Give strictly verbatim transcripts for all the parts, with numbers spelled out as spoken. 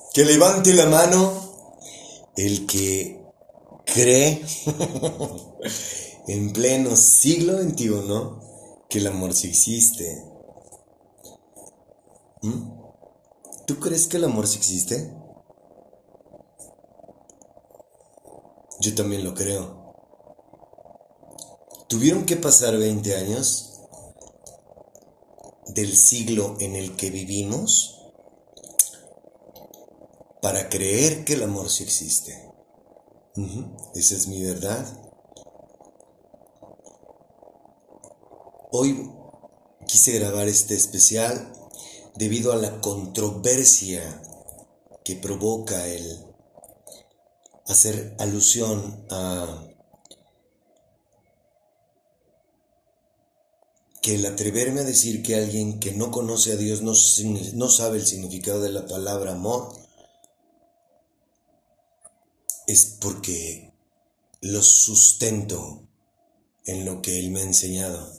Que levante la mano el que cree en pleno siglo veintiuno que el amor sí existe. ¿Mm? ¿Tú crees que el amor sí existe? Yo también lo creo. Tuvieron que pasar veinte años del siglo en el que vivimos para creer que el amor sí existe. Uh-huh. Esa es mi verdad. Hoy quise grabar este especial debido a la controversia que provoca el hacer alusión a que el atreverme a decir que alguien que no conoce a Dios no, no sabe el significado de la palabra amor es porque lo sustento en lo que Él me ha enseñado.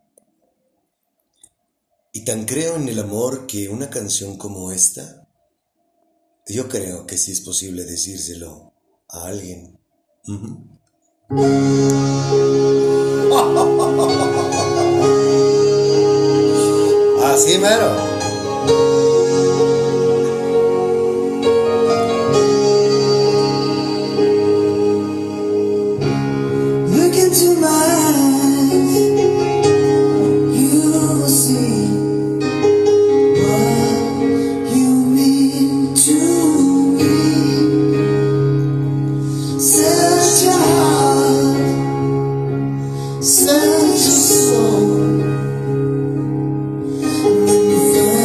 Y tan creo en el amor que una canción como esta, yo creo que sí es posible decírselo a alguien. Uh-huh. Así mero. Look into my eyes, you will see what you mean to me. Search your heart, search your soul. When you find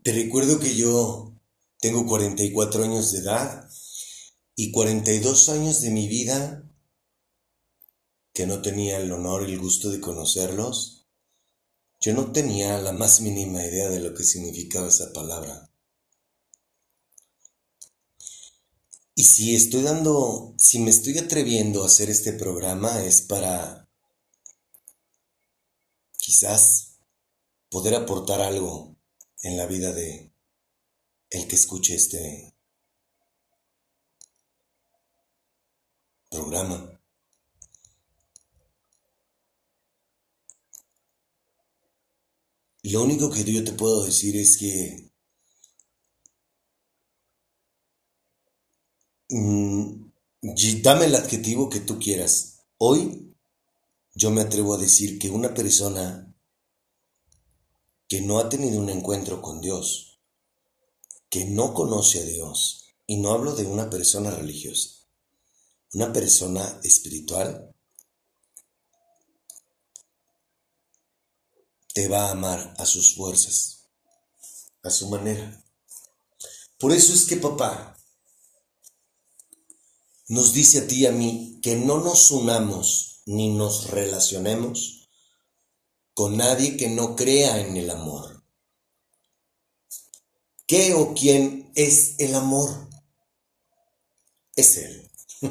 Te recuerdo que yo tengo cuarenta y cuatro años de edad y cuarenta y dos años de mi vida que no tenía el honor y el gusto de conocerlos. Yo no tenía la más mínima idea de lo que significaba esa palabra. Y si estoy dando, si me estoy atreviendo a hacer este programa es para quizás poder aportar algo en la vida de el que escuche este programa. Lo único que yo te puedo decir es que mmm, dame el adjetivo que tú quieras. Hoy yo me atrevo a decir que una persona que no ha tenido un encuentro con Dios, que no conoce a Dios, y no hablo de una persona religiosa, una persona espiritual, te va a amar a sus fuerzas, a su manera. Por eso es que papá nos dice a ti y a mí que no nos unamos ni nos relacionemos con nadie que no crea en el amor. ¿Qué o quién es el amor? Es Él.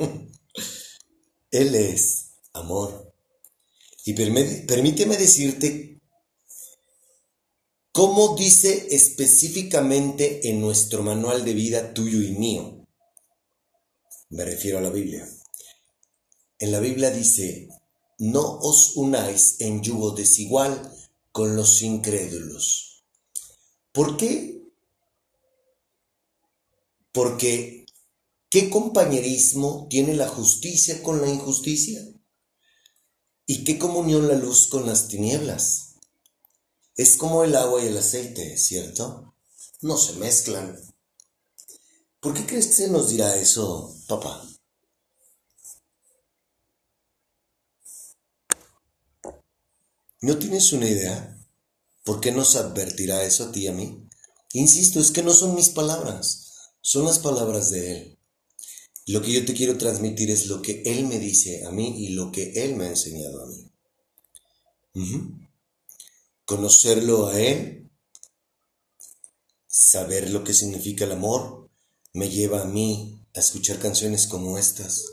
Él es amor. Y permíteme decirte cómo dice específicamente en nuestro manual de vida tuyo y mío. Me refiero a la Biblia. En la Biblia dice: no os unáis en yugo desigual con los incrédulos. ¿Por qué? Porque ¿qué compañerismo tiene la justicia con la injusticia? ¿Y qué comunión la luz con las tinieblas? Es como el agua y el aceite, ¿cierto? No se mezclan. ¿Por qué crees que se nos dirá eso, papá? ¿No tienes una idea? ¿Por qué nos advertirá eso a ti y a mí? Insisto, es que no son mis palabras, son las palabras de Él. Lo que yo te quiero transmitir es lo que Él me dice a mí y lo que Él me ha enseñado a mí. Uh-huh. Conocerlo a Él, saber lo que significa el amor, me lleva a mí a escuchar canciones como estas.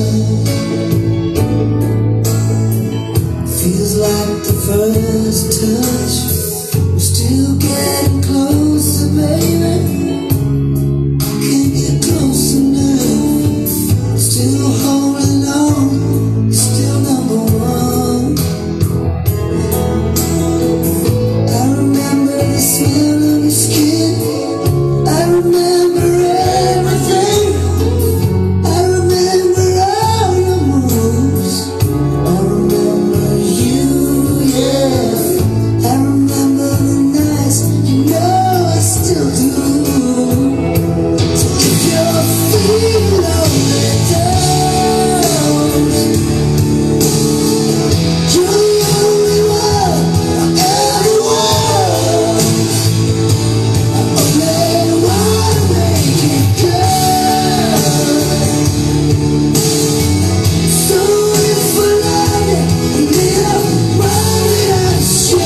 Feels like the first touch. We're still getting closer, baby. Can't get close enough. Still holding on. You're still number one. I remember the smell of your skin. I remember everything. I remember all your moves. I remember you, yeah. I remember the nights, you know I still do. So if you're feeling lonely, darling, you're the only one I ever want. I only wanna make it good. So if I love you, live right out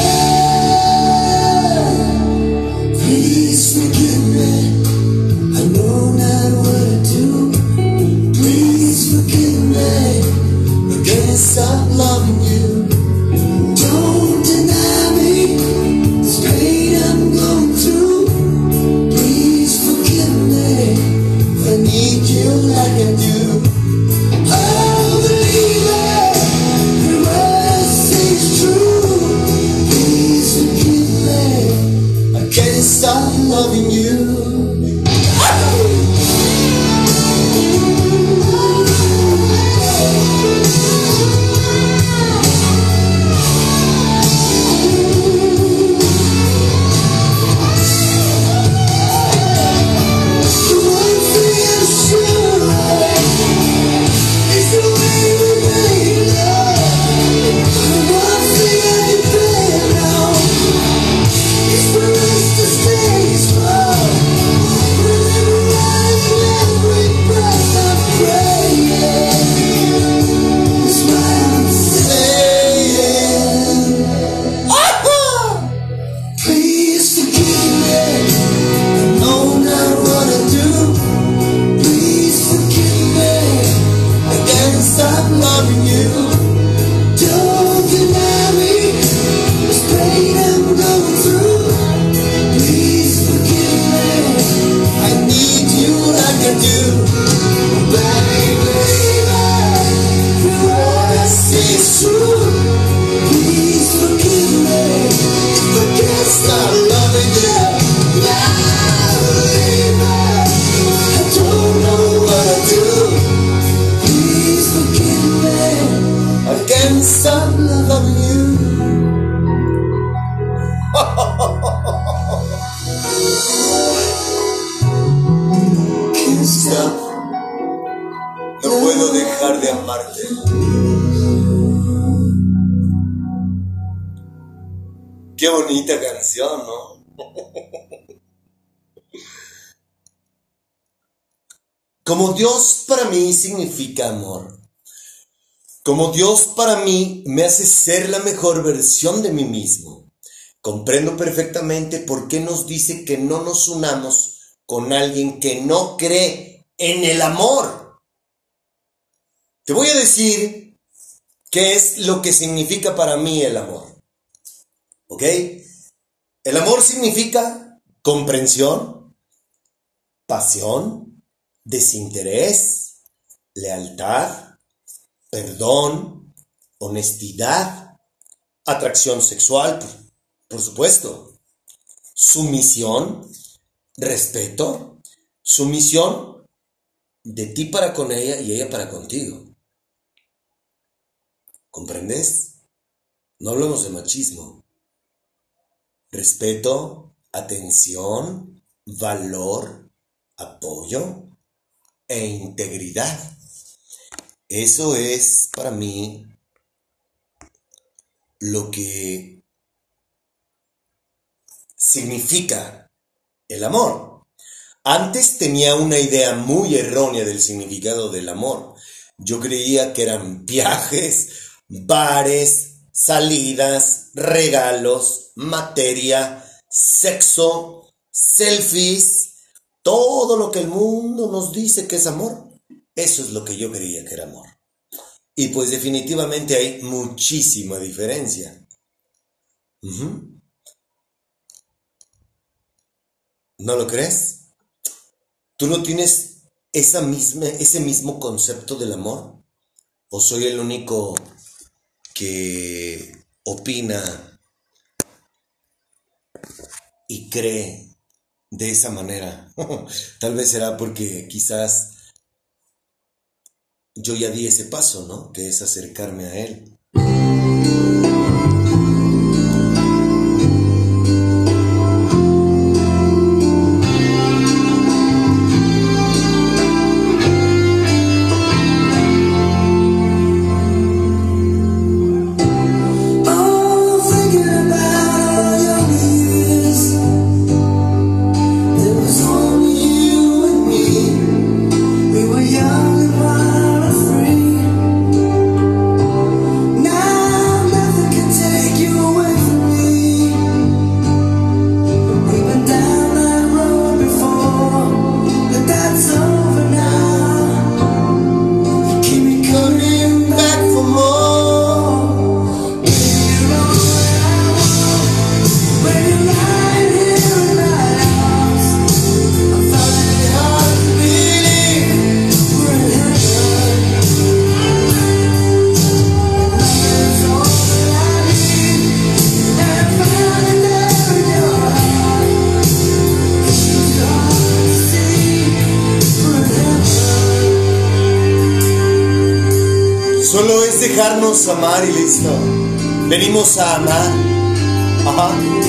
share. Please forgive me. I know not what to do. Please forgive me. I can't stop loving you. Don't deny me this pain I'm going through. Please forgive me if I need you like I do. Oh, believe it, every word I say is true. Please forgive me. I can't stop loving you. The one thing I'm sure of is the way we made love. The one thing I depend on is for us to stay strong. Whenever I'm in every breath I'm praying, that's why I'm saying, please forgive me. I know not what I do. Please forgive me. I can't stop loving you. Don't deny me this pain I'm going through. Please forgive me. I need you like I do. Baby, every word I say is true. Please forgive me. I can't stop loving you. Now, baby, I don't know what I do. Please forgive me. I can't stop loving you. Can't stop. No puedo dejar de amarte. Qué bonita canción, ¿no? Como Dios para mí significa amor. Como Dios para mí me hace ser la mejor versión de mí mismo. Comprendo perfectamente por qué nos dice que no nos unamos con alguien que no cree en el amor. Te voy a decir qué es lo que significa para mí el amor. ¿Ok? El amor significa comprensión, pasión, desinterés, lealtad, perdón, honestidad, atracción sexual, por, por supuesto, sumisión, respeto, sumisión de ti para con ella y ella para contigo. ¿Comprendes? No hablamos de machismo. Respeto, atención, valor, apoyo e integridad. Eso es para mí lo que significa el amor. Antes tenía una idea muy errónea del significado del amor. Yo creía que eran viajes, bares, salidas, regalos, materia, sexo, selfies, todo lo que el mundo nos dice que es amor. Eso es lo que yo creía que era amor. Y pues definitivamente hay muchísima diferencia. Ujú. ¿No lo crees? ¿Tú no tienes esa misma, ese mismo concepto del amor? ¿O soy el único que opina y cree de esa manera? Tal vez será porque quizás yo ya di ese paso, ¿no? Que es acercarme a él. Solo es dejarnos amar y listo. Venimos a amar. Ajá.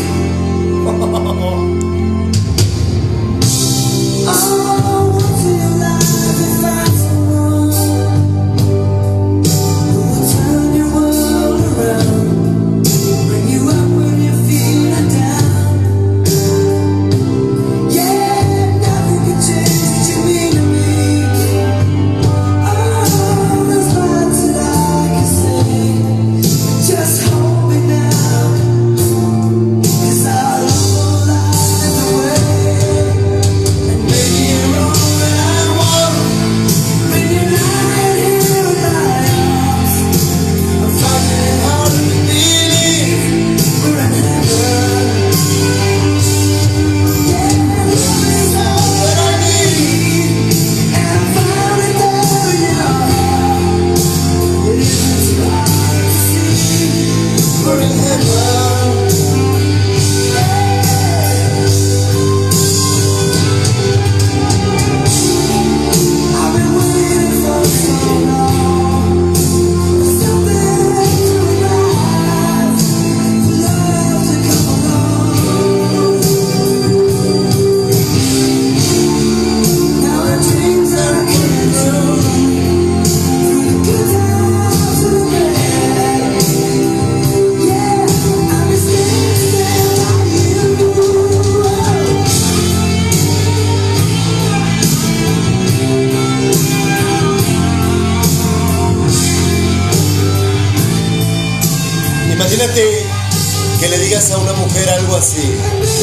Imagínate que le digas a una mujer algo así.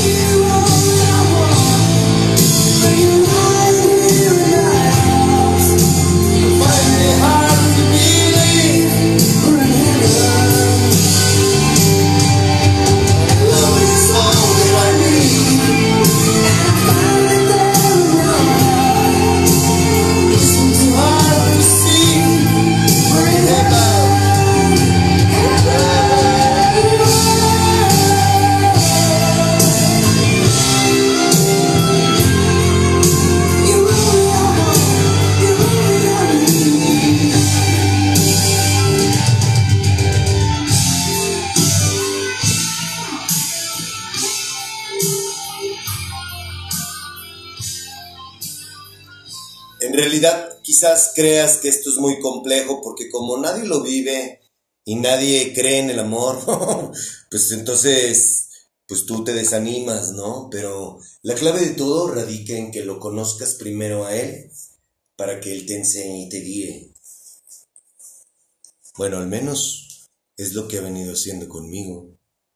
En realidad, quizás creas que esto es muy complejo porque como nadie lo vive y nadie cree en el amor, pues entonces, pues tú te desanimas, ¿no? Pero la clave de todo radica en que lo conozcas primero a él para que él te enseñe y te guíe. Bueno, al menos es lo que ha venido haciendo conmigo.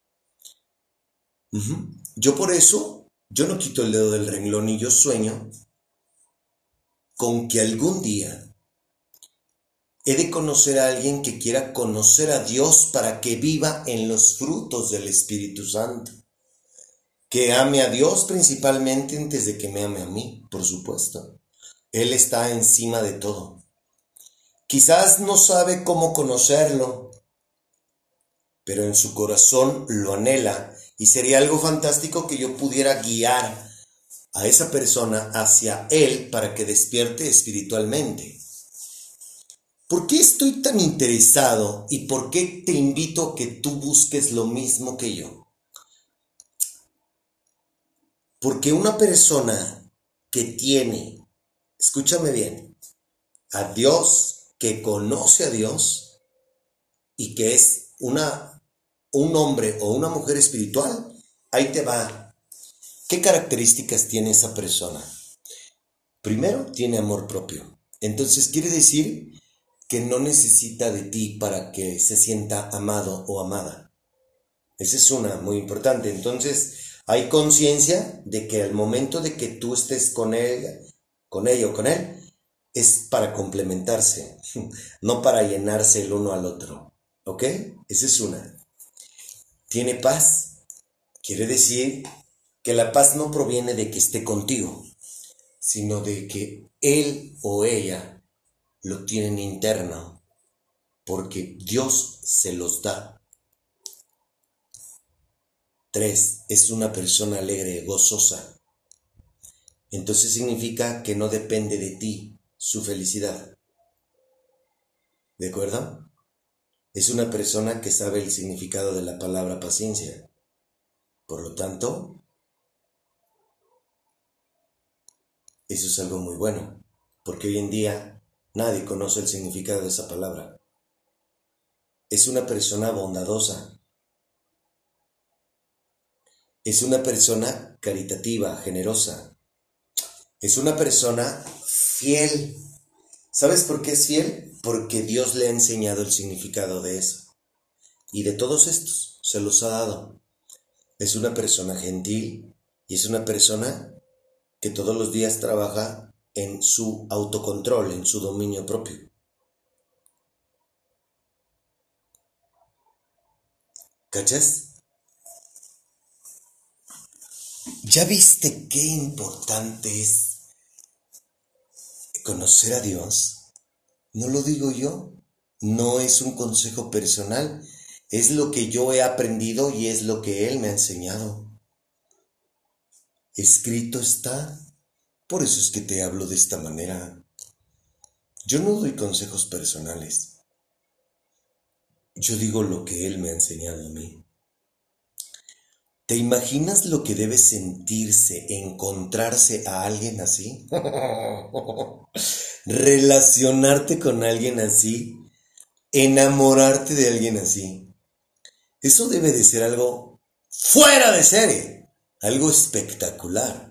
Ujú. Yo por eso, yo no quito el dedo del renglón y yo sueño con que algún día He de conocer a alguien que quiera conocer a Dios para que viva en los frutos del Espíritu Santo. Que ame a Dios principalmente antes de que me ame a mí, por supuesto. Él está encima de todo. Quizás no sabe cómo conocerlo, pero en su corazón lo anhela y sería algo fantástico que yo pudiera guiar a esa persona hacia Él para que despierte espiritualmente. ¿Por qué estoy tan interesado y por qué te invito a que tú busques lo mismo que yo? Porque una persona que tiene, escúchame bien, a Dios, que conoce a Dios y que es una, un hombre o una mujer espiritual, ahí te va. ¿Qué características tiene esa persona? Primero, tiene amor propio. Entonces quiere decir que no necesita de ti para que se sienta amado o amada. Esa es una muy importante. Entonces, hay conciencia de que al momento de que tú estés con él, con ella o con él, es para complementarse, no para llenarse el uno al otro. ¿Ok? Esa es una. Tiene paz. Quiere decir que la paz no proviene de que esté contigo, sino de que él o ella lo tienen interno, porque Dios se los da. Tres, es una persona alegre, gozosa. Entonces significa que no depende de ti su felicidad. ¿De acuerdo? Es una persona que sabe el significado de la palabra paciencia. Por lo tanto, eso es algo muy bueno, porque hoy en día nadie conoce el significado de esa palabra. Es una persona bondadosa. Es una persona caritativa, generosa. Es una persona fiel. ¿Sabes por qué es fiel? Porque Dios le ha enseñado el significado de eso. Y de todos estos se los ha dado. Es una persona gentil y es una persona que todos los días trabaja en su autocontrol, en su dominio propio. ¿Cachas? ¿Ya viste qué importante es conocer a Dios? No lo digo yo, no es un consejo personal, es lo que yo he aprendido y es lo que Él me ha enseñado. Escrito está. Por eso es que te hablo de esta manera. Yo no doy consejos personales. Yo digo lo que Él me ha enseñado a mí. ¿Te imaginas lo que debe sentirse encontrarse a alguien así? Relacionarte con alguien así. Enamorarte de alguien así. Eso debe de ser algo fuera de serie. Algo espectacular.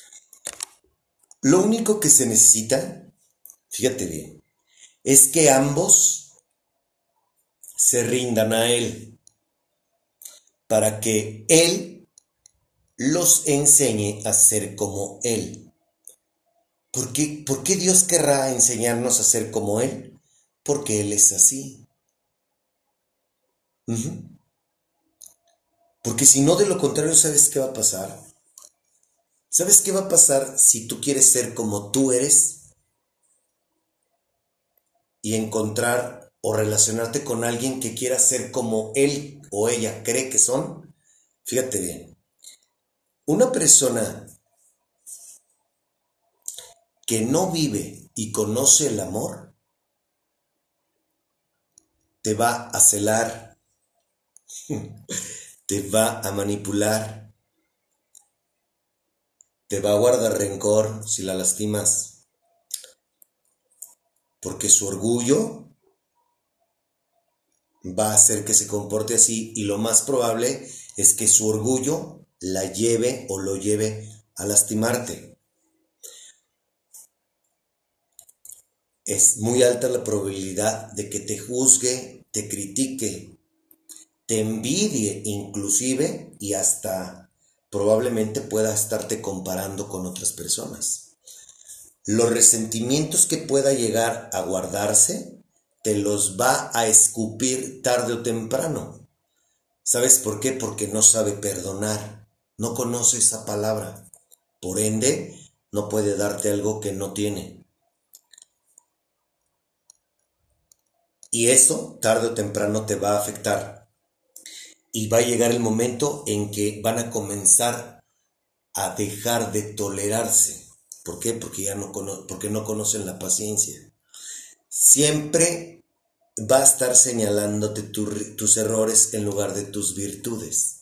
Lo único que se necesita, fíjate bien, es que ambos se rindan a Él para que Él los enseñe a ser como Él. ¿Por qué, ¿Por qué Dios querrá enseñarnos a ser como Él? Porque Él es así. Uh-huh. Porque si no, de lo contrario, ¿sabes qué va a pasar? ¿Sabes qué va a pasar si tú quieres ser como tú eres y encontrar o relacionarte con alguien que quiera ser como él o ella cree que son? Fíjate bien, una persona que no vive y conoce el amor te va a celar, te va a manipular, te va a guardar rencor si la lastimas, porque su orgullo va a hacer que se comporte así y lo más probable es que su orgullo la lleve o lo lleve a lastimarte. Es muy alta la probabilidad de que te juzgue, te critique, te envidie inclusive y hasta probablemente pueda estarte comparando con otras personas. Los resentimientos que pueda llegar a guardarse te los va a escupir tarde o temprano. ¿Sabes por qué? Porque no sabe perdonar, no conoce esa palabra. Por ende, no puede darte algo que no tiene. Y eso tarde o temprano te va a afectar. Y va a llegar el momento en que van a comenzar a dejar de tolerarse. ¿Por qué? Porque ya no, cono- porque no conocen la paciencia. Siempre va a estar señalándote tu- tus errores en lugar de tus virtudes.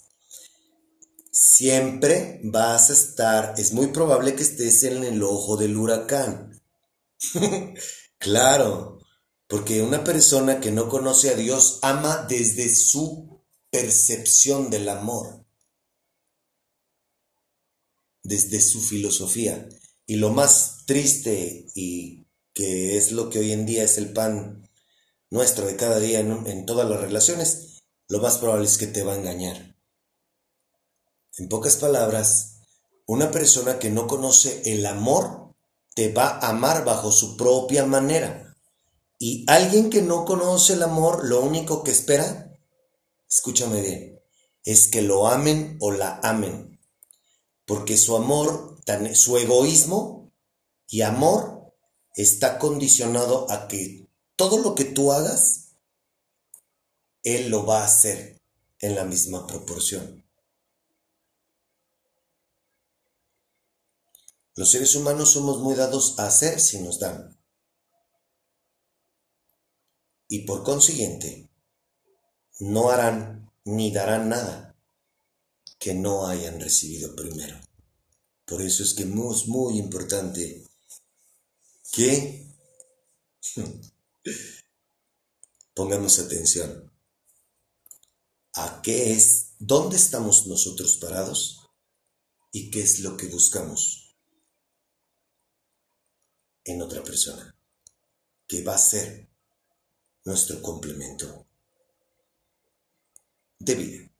Siempre vas a estar, es muy probable que estés en el ojo del huracán. Claro, porque una persona que no conoce a Dios ama desde su percepción del amor, desde su filosofía. Y lo más triste, y que es lo que hoy en día es el pan nuestro de cada día en, en todas las relaciones, lo más probable es que te va a engañar. En pocas palabras, una persona que no conoce el amor te va a amar bajo su propia manera. Y alguien que no conoce el amor, lo único que espera, escúchame bien, es que lo amen o la amen. Porque su amor, su egoísmo y amor está condicionado a que todo lo que tú hagas, él lo va a hacer en la misma proporción. Los seres humanos somos muy dados a hacer si nos dan. Y por consiguiente, no harán ni darán nada que no hayan recibido primero. Por eso es que es muy, muy importante que pongamos atención a qué es, dónde estamos nosotros parados y qué es lo que buscamos en otra persona, que va a ser nuestro complemento de vida.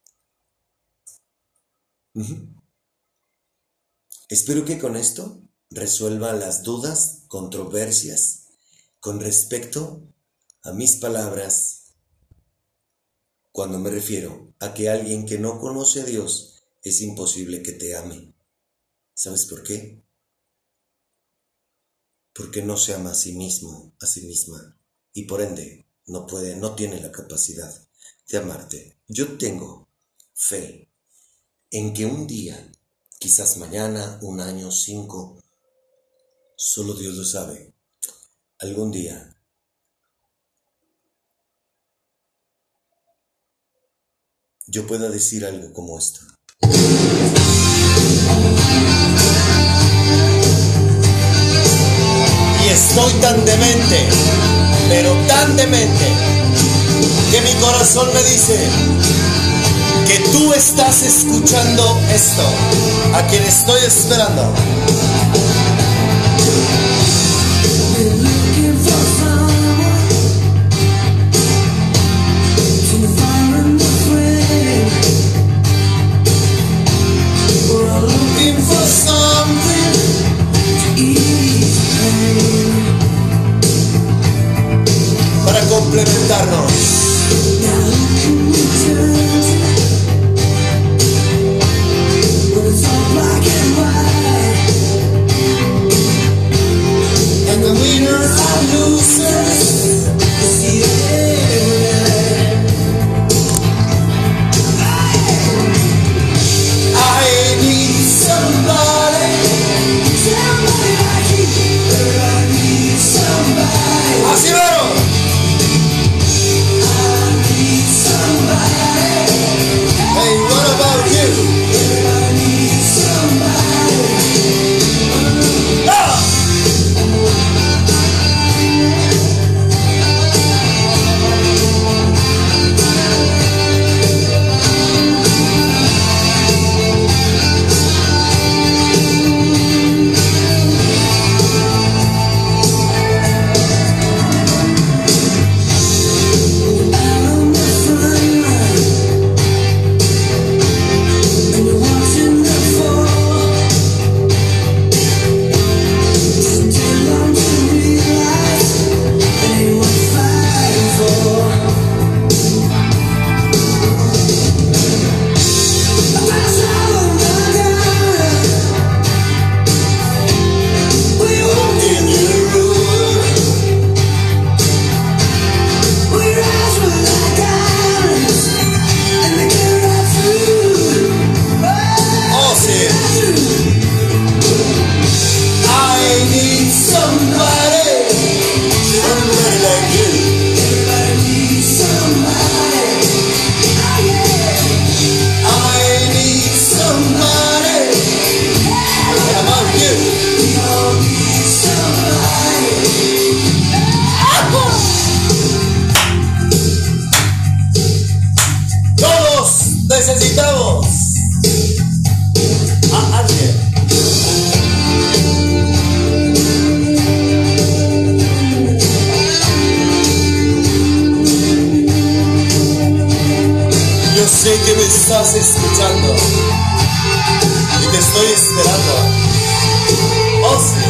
Uh-huh. Espero que con esto resuelva las dudas, controversias con respecto a mis palabras cuando me refiero a que alguien que no conoce a Dios es imposible que te ame. ¿Sabes por qué? Porque no se ama a sí mismo, a sí misma, y por ende no puede, no tiene la capacidad de amarte. Yo tengo fe en que un día, quizás mañana, un año, cinco, solo Dios lo sabe, algún día yo pueda decir algo como esto. Y estoy tan demente, pero tan demente, que mi corazón me dice que tú estás escuchando esto, a quien estoy esperando. Para complementarnos. Así vero. sé que me estás escuchando y te estoy esperando. Oh, sí.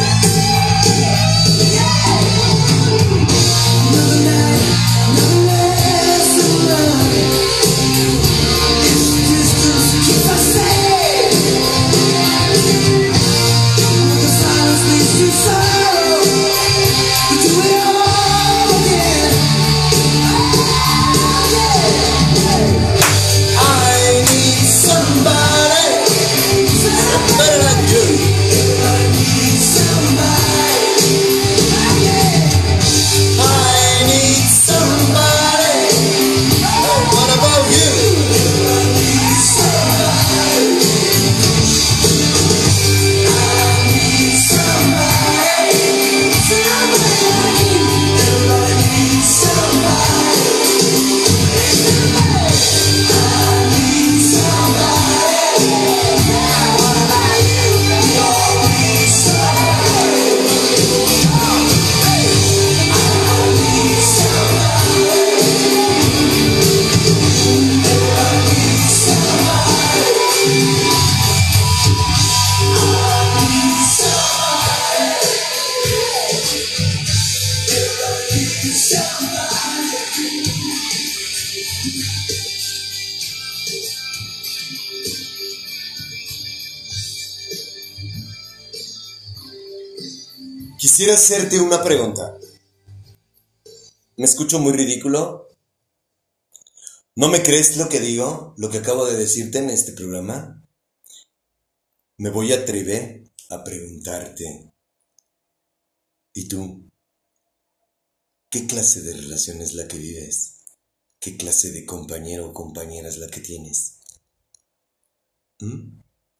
Quisiera hacerte una pregunta. ¿Me escucho muy ridículo? ¿No me crees lo que digo, lo que acabo de decirte en este programa? Me voy a atrever a preguntarte. ¿Y tú? ¿Qué clase de relación es la que vives? ¿Qué clase de compañero o compañera es la que tienes? ¿Mm?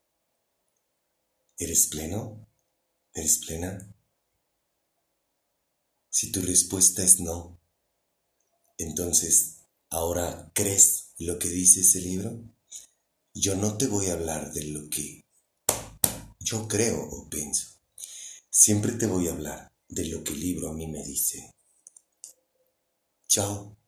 ¿Eres pleno? ¿Eres plena? Si tu respuesta es no, entonces, ¿ahora crees lo que dice ese libro? Yo no te voy a hablar de lo que yo creo o pienso. Siempre te voy a hablar de lo que el libro a mí me dice. Chao.